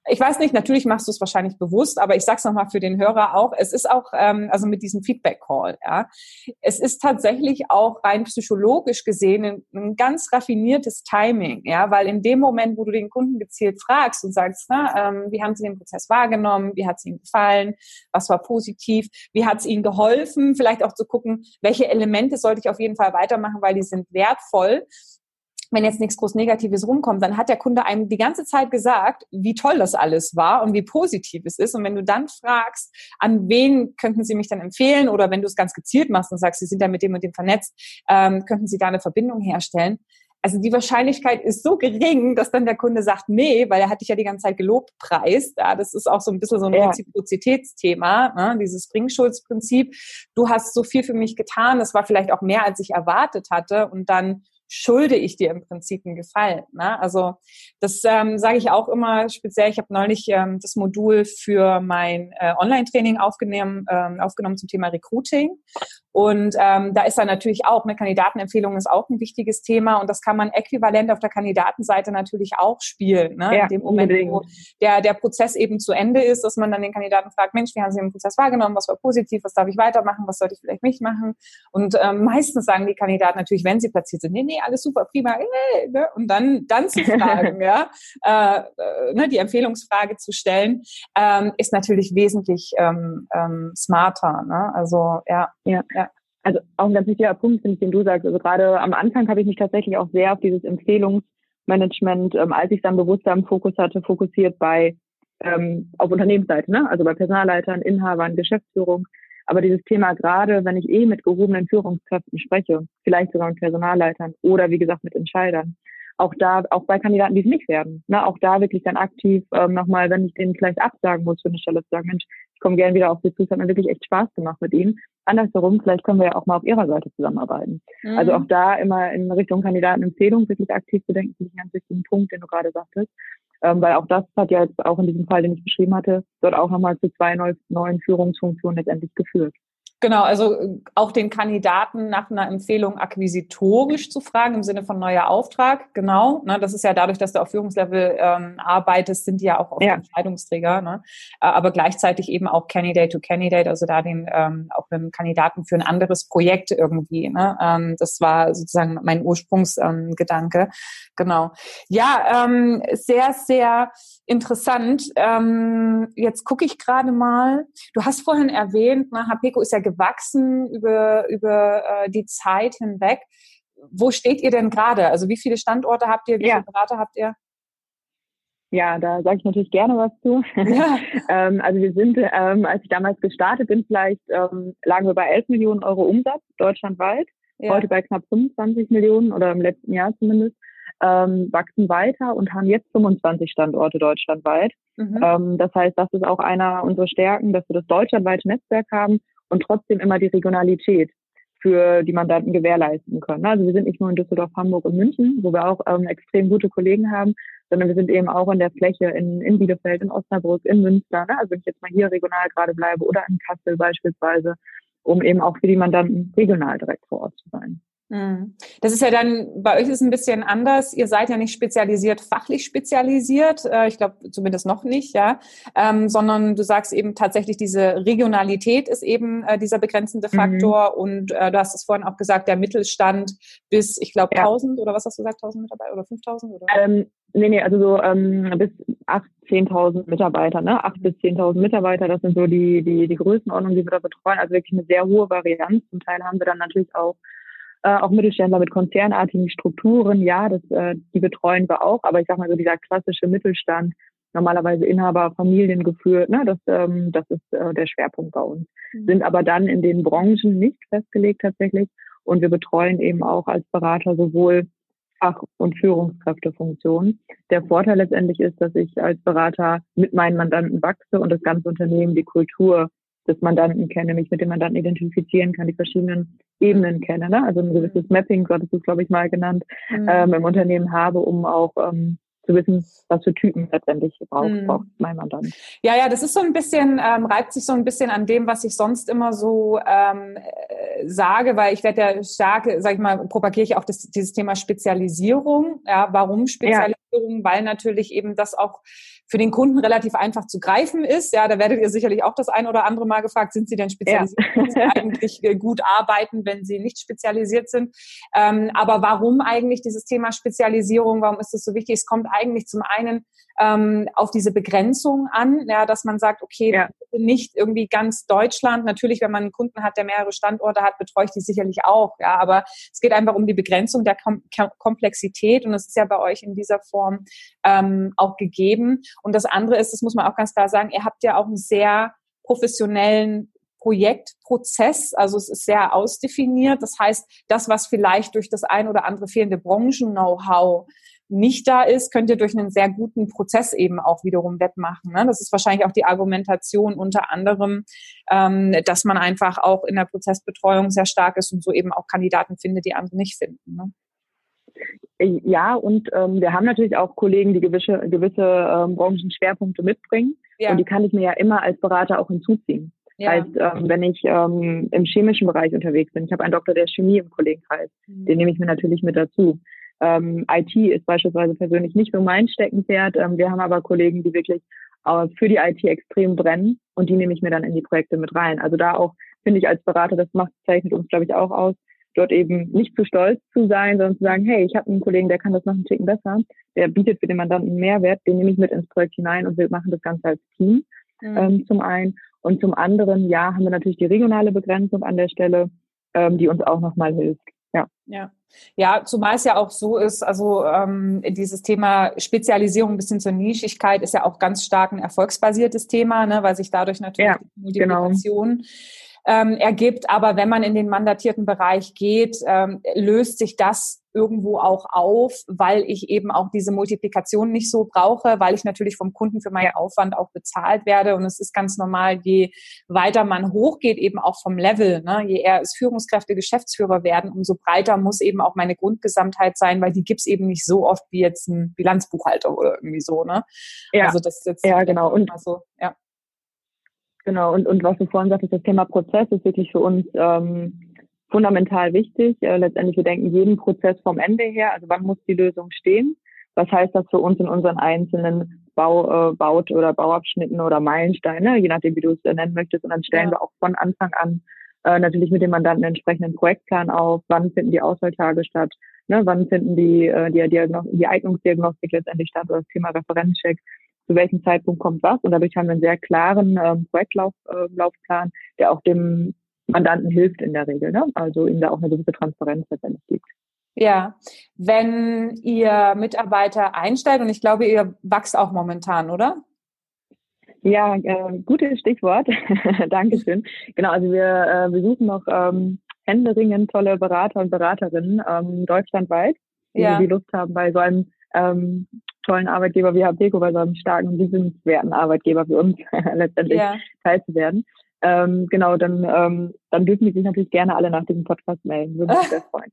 Ich weiß nicht, natürlich machst du es wahrscheinlich bewusst, aber ich sag's nochmal für den Hörer auch, es ist auch, ähm, also mit diesem Feedback-Call, ja, es ist tatsächlich auch rein psychologisch gesehen ein, ein ganz raffiniertes Timing, ja, weil in dem Moment, wo du den Kunden gezielt fragst und sagst, na, ähm, wie haben Sie den Prozess wahrgenommen, wie hat es Ihnen gefallen, was war positiv, wie hat es Ihnen geholfen, vielleicht auch zu gucken, welche Elemente sollte ich auf jeden Fall weitermachen, weil die sind wertvoll. Wenn jetzt nichts groß Negatives rumkommt, dann hat der Kunde einem die ganze Zeit gesagt, wie toll das alles war und wie positiv es ist. Und wenn du dann fragst, an wen könnten Sie mich dann empfehlen, oder wenn du es ganz gezielt machst und sagst, Sie sind ja mit dem und dem vernetzt, ähm, könnten Sie da eine Verbindung herstellen? Also die Wahrscheinlichkeit ist so gering, dass dann der Kunde sagt, nee, weil er hat dich ja die ganze Zeit gelobpreist. Ja, das ist auch so ein bisschen so ein Ja. Reziprozitätsthema, ne? Dieses Bringschulz-Prinzip. Du hast so viel für mich getan, das war vielleicht auch mehr, als ich erwartet hatte, und dann schulde ich dir im Prinzip einen Gefallen. Ne? Also das ähm, sage ich auch immer speziell. Ich habe neulich ähm, das Modul für mein äh, Online-Training aufgenommen, ähm, aufgenommen zum Thema Recruiting. Und ähm, da ist dann natürlich auch, eine Kandidatenempfehlung ist auch ein wichtiges Thema, und das kann man äquivalent auf der Kandidatenseite natürlich auch spielen. Ne? Ja, in dem Moment, unbedingt. wo der, der Prozess eben zu Ende ist, dass man dann den Kandidaten fragt, Mensch, wie haben Sie den Prozess wahrgenommen, was war positiv, was darf ich weitermachen, was sollte ich vielleicht nicht machen? Und ähm, meistens sagen die Kandidaten natürlich, wenn sie platziert sind, nee, nee, alles super, prima, äh, ne? Und dann, dann zu fragen, ja, äh, äh, ne, die Empfehlungsfrage zu stellen, ähm, ist natürlich wesentlich ähm, ähm, smarter. Ne? Also ja, Ja. ja. Also auch ein ganz wichtiger Punkt, finde ich, den du sagst. Also gerade am Anfang habe ich mich tatsächlich auch sehr auf dieses Empfehlungsmanagement, ähm, als ich dann bewusster im Fokus hatte, fokussiert bei ähm, auf Unternehmensseite, ne? Also bei Personalleitern, Inhabern, Geschäftsführung. Aber dieses Thema, gerade wenn ich eh mit gehobenen Führungskräften spreche, vielleicht sogar mit Personalleitern oder wie gesagt mit Entscheidern, auch da, auch bei Kandidaten, die es nicht werden, ne? Auch da wirklich dann aktiv ähm, nochmal, wenn ich denen vielleicht absagen muss für eine Stelle, zu sagen, Mensch, ich komme gerne wieder auf Sie zu, es hat mir wirklich echt Spaß gemacht mit Ihnen. Andersherum, vielleicht können wir ja auch mal auf Ihrer Seite zusammenarbeiten. Mhm. Also auch da immer in Richtung Kandidatenempfehlung wirklich aktiv zu denken, finde ich einen ganz wichtigen Punkt, den du gerade sagtest. Ähm, weil auch das hat ja jetzt auch in diesem Fall, den ich beschrieben hatte, dort auch nochmal zu zwei neu, neuen Führungsfunktionen letztendlich geführt. Genau, also auch den Kandidaten nach einer Empfehlung akquisitorisch zu fragen, im Sinne von neuer Auftrag, genau. Ne, das ist ja dadurch, dass du auf Führungslevel ähm, arbeitest, sind die ja auch oft ja. Entscheidungsträger, ne? Aber gleichzeitig eben auch Candidate to Candidate, also da den ähm, auch einen Kandidaten für ein anderes Projekt irgendwie. Ne? Ähm, das war sozusagen mein Ursprungsgedanke. Ähm, genau. Ja, ähm, sehr, sehr interessant. Ähm, jetzt gucke ich gerade mal. Du hast vorhin erwähnt, ne, Hapeco ist ja gewachsen über über äh, die Zeit hinweg. Wo steht ihr denn gerade? Also wie viele Standorte habt ihr? Wie ja. viele Berater habt ihr? Ja, da sage ich natürlich gerne was zu. Ja. ähm, also wir sind, ähm, als ich damals gestartet bin, vielleicht ähm, lagen wir bei elf Millionen Euro Umsatz deutschlandweit. Ja. Heute bei knapp fünfundzwanzig Millionen oder im letzten Jahr zumindest. Ähm, wachsen weiter und haben jetzt fünfundzwanzig Standorte deutschlandweit. Mhm. Ähm, das heißt, das ist auch einer unserer Stärken, dass wir das deutschlandweite Netzwerk haben und trotzdem immer die Regionalität für die Mandanten gewährleisten können. Also wir sind nicht nur in Düsseldorf, Hamburg und München, wo wir auch ähm, extrem gute Kollegen haben, sondern wir sind eben auch in der Fläche in, in Bielefeld, in Osnabrück, in Münster. Ne? Also wenn ich jetzt mal hier regional gerade bleibe oder in Kassel beispielsweise, um eben auch für die Mandanten regional direkt vor Ort zu sein. Das ist ja dann, bei euch ist es ein bisschen anders. Ihr seid ja nicht spezialisiert, fachlich spezialisiert. Ich glaube zumindest noch nicht, ja. Ähm, sondern du sagst eben tatsächlich, diese Regionalität ist eben äh, dieser begrenzende Faktor. Mhm. Und äh, du hast es vorhin auch gesagt, der Mittelstand bis, ich glaube, ja. tausend oder was hast du gesagt, tausend Mitarbeiter oder fünftausend? Oder? Ähm, nee, nee, also so ähm, bis achttausend, zehntausend Mitarbeiter, ne? acht bis zehntausend Mitarbeiter, das sind so die, die, die Größenordnungen, die wir da betreuen. Also wirklich eine sehr hohe Varianz. Zum Teil haben wir dann natürlich auch Äh, auch Mittelständler mit konzernartigen Strukturen, ja, das, äh, die betreuen wir auch. Aber ich sag mal so, dieser klassische Mittelstand, normalerweise Inhaber, Familien geführt, ne, das, ähm, das ist äh, der Schwerpunkt bei uns. Mhm. Sind aber dann in den Branchen nicht festgelegt tatsächlich. Und wir betreuen eben auch als Berater sowohl Fach- und Führungskräftefunktionen. Der Vorteil letztendlich ist, dass ich als Berater mit meinen Mandanten wachse und das ganze Unternehmen, die Kultur des Mandanten kenne, mich mit dem Mandanten identifizieren kann, die verschiedenen Ebenen kenne, ne? Also ein gewisses Mapping, so hattest du es, glaube ich, mal genannt, mhm. ähm, im Unternehmen habe, um auch ähm, zu wissen, was für Typen letztendlich braucht, mhm. braucht mein Mandant. Ja, ja, das ist so ein bisschen, ähm, reibt sich so ein bisschen an dem, was ich sonst immer so ähm, äh, sage, weil ich werde ja stark, sag ich mal, propagiere ich auch das, dieses Thema Spezialisierung. Ja, warum Spezialisierung? Ja. Spezialisierung, weil natürlich eben das auch für den Kunden relativ einfach zu greifen ist. Ja, da werdet ihr sicherlich auch das ein oder andere Mal gefragt, sind Sie denn spezialisiert? Ja. Können Sie eigentlich gut arbeiten, wenn Sie nicht spezialisiert sind? Ähm, aber warum eigentlich dieses Thema Spezialisierung? Warum ist das so wichtig? Es kommt eigentlich zum einen ähm, auf diese Begrenzung an, ja, dass man sagt, okay, ja. nicht irgendwie ganz Deutschland. Natürlich, wenn man einen Kunden hat, der mehrere Standorte hat, betreue ich die sicherlich auch. Ja, aber es geht einfach um die Begrenzung der Kom- Komplexität und das ist ja bei euch in dieser Form ähm, auch gegeben. Und das andere ist, das muss man auch ganz klar sagen, ihr habt ja auch einen sehr professionellen Projektprozess, also es ist sehr ausdefiniert. Das heißt, das, was vielleicht durch das ein oder andere fehlende Branchen-Know-how nicht da ist, könnt ihr durch einen sehr guten Prozess eben auch wiederum wettmachen. Ne? Das ist wahrscheinlich auch die Argumentation unter anderem, ähm, dass man einfach auch in der Prozessbetreuung sehr stark ist und so eben auch Kandidaten findet, die andere nicht finden. Ne? Ja, und ähm, wir haben natürlich auch Kollegen, die gewisse, gewisse ähm, Branchenschwerpunkte mitbringen. Ja. Und die kann ich mir ja immer als Berater auch hinzuziehen. Ja. Heißt, ähm, wenn ich ähm, im chemischen Bereich unterwegs bin, ich habe einen Doktor der Chemie im Kollegenkreis, mhm. den nehme ich mir natürlich mit dazu. Ähm, I T ist beispielsweise persönlich nicht so mein Steckenpferd. Ähm, wir haben aber Kollegen, die wirklich äh, für die I T extrem brennen und die nehme ich mir dann in die Projekte mit rein. Also da auch, finde ich als Berater, das macht, zeichnet uns, glaube ich, auch aus, dort eben nicht zu stolz zu sein, sondern zu sagen, hey, ich habe einen Kollegen, der kann das noch einen Ticken besser, der bietet für den Mandanten einen Mehrwert, den nehme ich mit ins Projekt hinein und wir machen das Ganze als Team mhm. ähm, zum einen. Und zum anderen, ja, haben wir natürlich die regionale Begrenzung an der Stelle, ähm, die uns auch nochmal hilft. Ja. Ja. Ja, zumal es ja auch so ist, also ähm, dieses Thema Spezialisierung bis hin zur Nischigkeit ist ja auch ganz stark ein erfolgsbasiertes Thema, ne, weil sich dadurch natürlich ja, die Multiplikation genau. ähm, ergibt. Aber wenn man in den mandatierten Bereich geht, ähm, löst sich das irgendwo auch auf, weil ich eben auch diese Multiplikation nicht so brauche, weil ich natürlich vom Kunden für meinen Aufwand auch bezahlt werde. Und es ist ganz normal, je weiter man hochgeht, eben auch vom Level, ne, je eher es Führungskräfte, Geschäftsführer werden, umso breiter muss eben auch meine Grundgesamtheit sein, weil die gibt's eben nicht so oft wie jetzt ein Bilanzbuchhalter oder irgendwie so. Ne? Ja, also das ist jetzt ja genau. Und so, ja. Genau, und, und was du vorhin sagtest, das Thema Prozess ist wirklich für uns ähm, fundamental wichtig. Äh, letztendlich, wir denken jeden Prozess vom Ende her, also wann muss die Lösung stehen? Was heißt das für uns in unseren einzelnen Bau, äh, Baut- oder Bauabschnitten oder Meilensteine, je nachdem, wie du es äh, nennen möchtest. Und dann stellen ja. wir auch von Anfang an äh, natürlich mit dem Mandanten einen entsprechenden Projektplan auf. Wann finden die Auswahltage statt? Ne? Wann finden die, äh, die, Diagnos- die Eignungsdiagnostik letztendlich statt oder das Thema Referenzcheck? Zu welchem Zeitpunkt kommt was? Und dadurch haben wir einen sehr klaren ähm, Projektlaufplan, äh, der auch dem Mandanten hilft in der Regel, ne? Also ihm da auch eine gewisse Transparenz letztendlich gibt. Ja, wenn ihr Mitarbeiter einstellt, und ich glaube, ihr wächst auch momentan, oder? Ja, äh, gutes Stichwort. Dankeschön. Genau, also wir, äh, wir suchen noch ähm, händeringend tolle Berater und Beraterinnen ähm, deutschlandweit, die, ja. die Lust haben, bei so einem ähm, tollen Arbeitgeber wie Habeco, bei so einem starken, liebenswerten Arbeitgeber wie uns letztendlich ja. teilzuwerden. Ähm, genau, dann, ähm, dann dürfen die sich natürlich gerne alle nach diesem Podcast melden. Würde mich sehr freuen.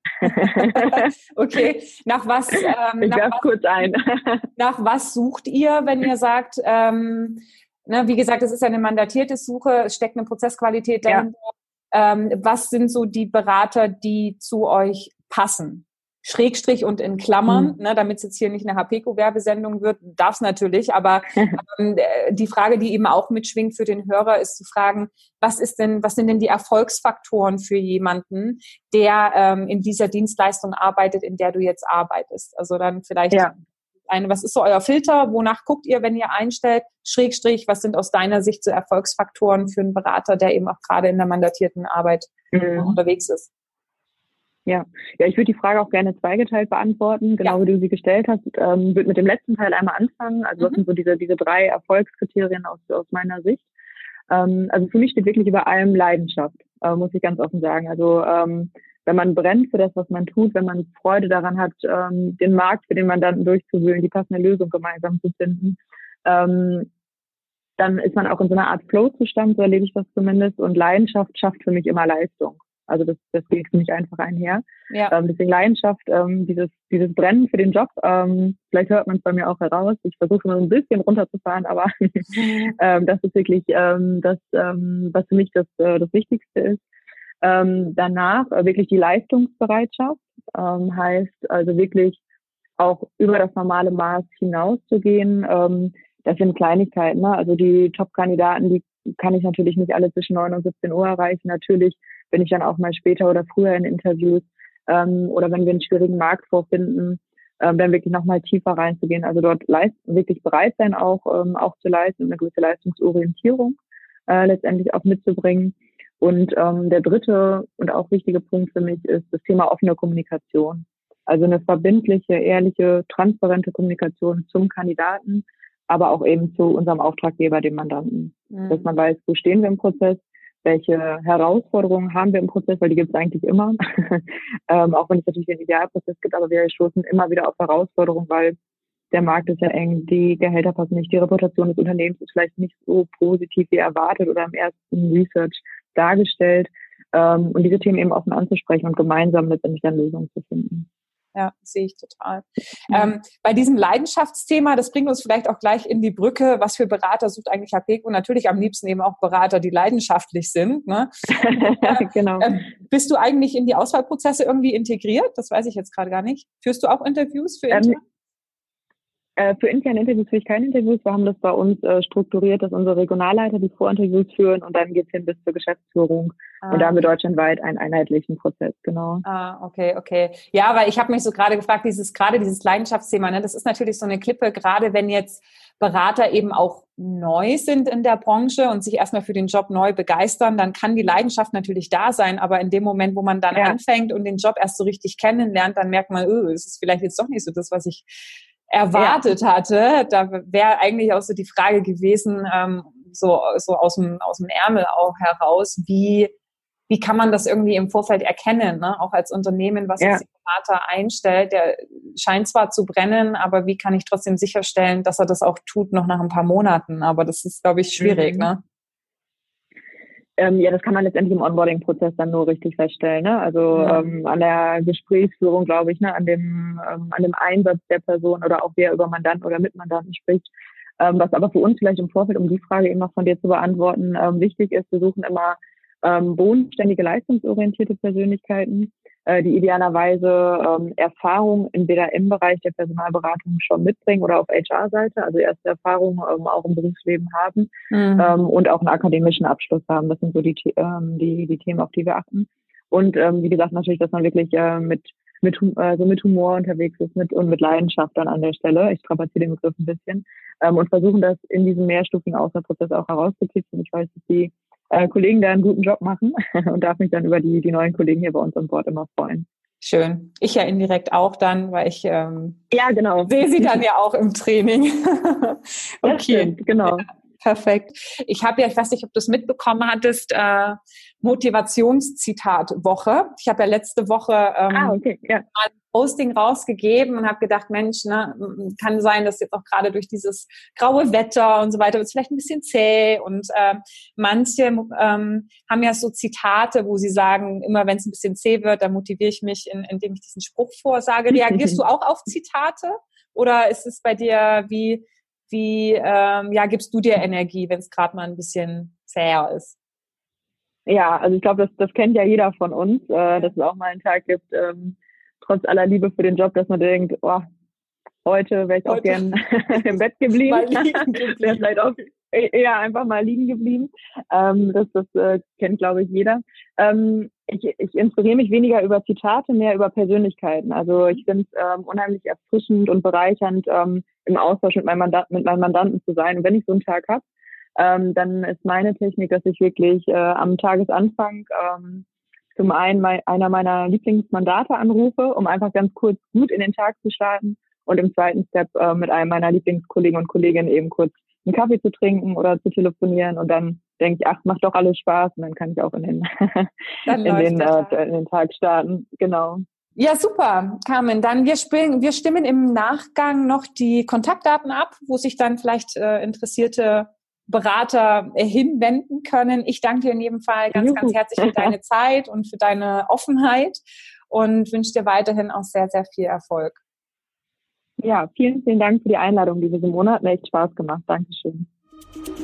Okay, nach was? Ähm, ich nach werf was, kurz ein. Nach was sucht ihr, wenn ihr sagt, ähm, ne, wie gesagt, es ist ja eine mandatierte Suche, es steckt eine Prozessqualität dahinter. Ja. Ähm, was sind so die Berater, die zu euch passen? Schrägstrich und in Klammern, mhm. ne, damit es jetzt hier nicht eine Habeco-Werbesendung wird, darf es natürlich, aber ähm, die Frage, die eben auch mitschwingt für den Hörer, ist zu fragen, was ist denn, was sind denn die Erfolgsfaktoren für jemanden, der ähm, in dieser Dienstleistung arbeitet, in der du jetzt arbeitest? Also dann vielleicht ja. eine, was ist so euer Filter? Wonach guckt ihr, wenn ihr einstellt? Schrägstrich, was sind aus deiner Sicht so Erfolgsfaktoren für einen Berater, der eben auch gerade in der mandatierten Arbeit mhm. unterwegs ist? Ja, ja, ich würde die Frage auch gerne zweigeteilt beantworten, genau ja. wie du sie gestellt hast. Ähm, würde mit dem letzten Teil einmal anfangen. Also mhm. das sind so diese diese drei Erfolgskriterien aus aus meiner Sicht. Ähm, also für mich steht wirklich über allem Leidenschaft, äh, muss ich ganz offen sagen. Also ähm, wenn man brennt für das, was man tut, wenn man Freude daran hat, ähm, den Markt für den Mandanten durchzuwühlen, die passende Lösung gemeinsam zu finden, ähm, dann ist man auch in so einer Art Flow-Zustand, so erlebe ich das zumindest. Und Leidenschaft schafft für mich immer Leistung. Also das, das geht für mich einfach einher. Ja. Ähm, deswegen Leidenschaft, ähm, dieses dieses Brennen für den Job. Ähm, vielleicht hört man es bei mir auch heraus. Ich versuche nur ein bisschen runterzufahren, aber ähm, das ist wirklich ähm, das, ähm, was für mich das äh, das Wichtigste ist. Ähm, danach äh, wirklich die Leistungsbereitschaft, ähm, heißt also wirklich auch über das normale Maß hinauszugehen. Ähm, das sind Kleinigkeiten, ne? Also die Top-Kandidaten, die kann ich natürlich nicht alle zwischen neun und siebzehn Uhr erreichen. Natürlich bin ich dann auch mal später oder früher in Interviews ähm, oder wenn wir einen schwierigen Markt vorfinden, ähm, dann wirklich nochmal tiefer reinzugehen. Also dort leist, wirklich bereit sein, auch ähm, auch zu leisten, eine gewisse Leistungsorientierung äh, letztendlich auch mitzubringen. Und ähm, der dritte und auch wichtige Punkt für mich ist das Thema offene Kommunikation. Also eine verbindliche, ehrliche, transparente Kommunikation zum Kandidaten, aber auch eben zu unserem Auftraggeber, dem Mandanten. Mhm. Dass man weiß, wo stehen wir im Prozess, welche Herausforderungen haben wir im Prozess, weil die gibt es eigentlich immer. ähm, auch wenn es natürlich den Idealprozess gibt, aber wir stoßen immer wieder auf Herausforderungen, weil der Markt ist ja eng, die Gehälter passen nicht, die Reputation des Unternehmens ist vielleicht nicht so positiv wie erwartet oder im ersten Research dargestellt. Ähm, und diese Themen eben offen anzusprechen und gemeinsam letztendlich dann Lösungen zu finden. Ja, sehe ich total. Ja. Ähm, bei diesem Leidenschaftsthema, das bringt uns vielleicht auch gleich in die Brücke, was für Berater sucht eigentlich Hapeco? Natürlich am liebsten eben auch Berater, die leidenschaftlich sind. Ne? Genau. Ähm, bist du eigentlich in die Auswahlprozesse irgendwie integriert? Das weiß ich jetzt gerade gar nicht. Führst du auch Interviews für intern? Ähm, äh, für interne Interviews führe ich keine Interviews. Wir haben das bei uns äh, strukturiert, dass unsere Regionalleiter die Vorinterviews führen und dann geht's hin bis zur Geschäftsführung. Ah. Und da haben wir deutschlandweit einen einheitlichen Prozess, genau. Ah, okay, okay. Ja, weil ich habe mich so gerade gefragt, dieses gerade dieses Leidenschaftsthema, ne, das ist natürlich so eine Klippe, gerade wenn jetzt Berater eben auch neu sind in der Branche und sich erstmal für den Job neu begeistern, dann kann die Leidenschaft natürlich da sein, aber in dem Moment, wo man dann ja. anfängt und den Job erst so richtig kennenlernt, dann merkt man, oh, es ist vielleicht jetzt doch nicht so das, was ich erwartet ja. hatte. Da wäre eigentlich auch so die Frage gewesen, ähm, so, so aus dem, aus dem Ärmel auch heraus, wie, wie kann man das irgendwie im Vorfeld erkennen, ne? Auch als Unternehmen, was ja. sich der Berater einstellt, der scheint zwar zu brennen, aber wie kann ich trotzdem sicherstellen, dass er das auch tut, noch nach ein paar Monaten? Aber das ist, glaube ich, schwierig, mhm. ne? Ähm, ja, das kann man letztendlich im Onboarding-Prozess dann nur richtig feststellen, ne? Also ja. ähm, an der Gesprächsführung, glaube ich, ne, an dem ähm, an dem Einsatz der Person oder auch wer über Mandanten oder mit Mandanten spricht. Ähm, was aber für uns vielleicht im Vorfeld, um die Frage eben noch von dir zu beantworten, ähm, wichtig ist, wir suchen immer ähm, bodenständige, leistungsorientierte Persönlichkeiten, äh, die idealerweise ähm, Erfahrung entweder im Bereich der Personalberatung schon mitbringen oder auf H R-Seite, also erste Erfahrungen ähm, auch im Berufsleben haben mhm. ähm, und auch einen akademischen Abschluss haben. Das sind so die, ähm, die, die Themen, auf die wir achten. Und ähm, wie gesagt, natürlich, dass man wirklich äh, mit mit äh, so mit Humor unterwegs ist mit und mit Leidenschaft dann an der Stelle. Ich strapaziere den Begriff ein bisschen ähm, und versuchen das in diesem mehrstufigen Auswahlprozess auch herauszukitzeln. Ich weiß, dass die Äh, Kollegen da einen guten Job machen und darf mich dann über die, die neuen Kollegen hier bei uns an Bord immer freuen. Schön. Ich ja indirekt auch dann, weil ich ähm, ja, genau. sehe sie dann ja auch im Training. Okay, stimmt, genau. Ja, perfekt. Ich habe ja, ich weiß nicht, ob du es mitbekommen hattest, äh, Motivationszitat-Woche. Ich habe ja letzte Woche ähm, ah, okay. ja. ein Posting rausgegeben und habe gedacht, Mensch, ne, kann sein, dass jetzt auch gerade durch dieses graue Wetter und so weiter wird es vielleicht ein bisschen zäh und äh, manche ähm, haben ja so Zitate, wo sie sagen, immer wenn es ein bisschen zäh wird, dann motiviere ich mich, in, indem ich diesen Spruch vorsage. Reagierst du auch auf Zitate oder ist es bei dir wie, wie ähm, ja, gibst du dir Energie, wenn es gerade mal ein bisschen zäher ist? Ja, also ich glaube, das, das kennt ja jeder von uns, äh, dass es auch mal einen Tag gibt, ähm, trotz aller Liebe für den Job, dass man denkt, oh, heute wäre ich auch gern im Bett geblieben. Mal liegen geblieben. Wäre vielleicht auch eher einfach mal liegen geblieben. Ähm, das das äh, kennt, glaube ich, jeder. Ähm, ich, ich inspiriere mich weniger über Zitate, mehr über Persönlichkeiten. Also ich finde es ähm, unheimlich erfrischend und bereichernd, ähm, im Austausch mit meinem Mandanten, mit meinen Mandanten zu sein. Und wenn ich so einen Tag habe, ähm, dann ist meine Technik, dass ich wirklich äh, am Tagesanfang ähm, zum einen mein, einer meiner Lieblingsmandate anrufe, um einfach ganz kurz gut in den Tag zu starten und im zweiten Step äh, mit einem meiner Lieblingskollegen und Kolleginnen eben kurz einen Kaffee zu trinken oder zu telefonieren und dann denke ich, ach, macht doch alles Spaß und dann kann ich auch in den, in den, äh, in den Tag starten. Genau. Ja, super, Carmen. Dann wir spielen, wir stimmen im Nachgang noch die Kontaktdaten ab, wo sich dann vielleicht äh, interessierte Berater hinwenden können. Ich danke dir in jedem Fall ganz, Juhu. ganz herzlich für deine Zeit und für deine Offenheit und wünsche dir weiterhin auch sehr, sehr viel Erfolg. Ja, vielen, vielen Dank für die Einladung, liebe Simone. Hat mir echt Spaß gemacht. Dankeschön.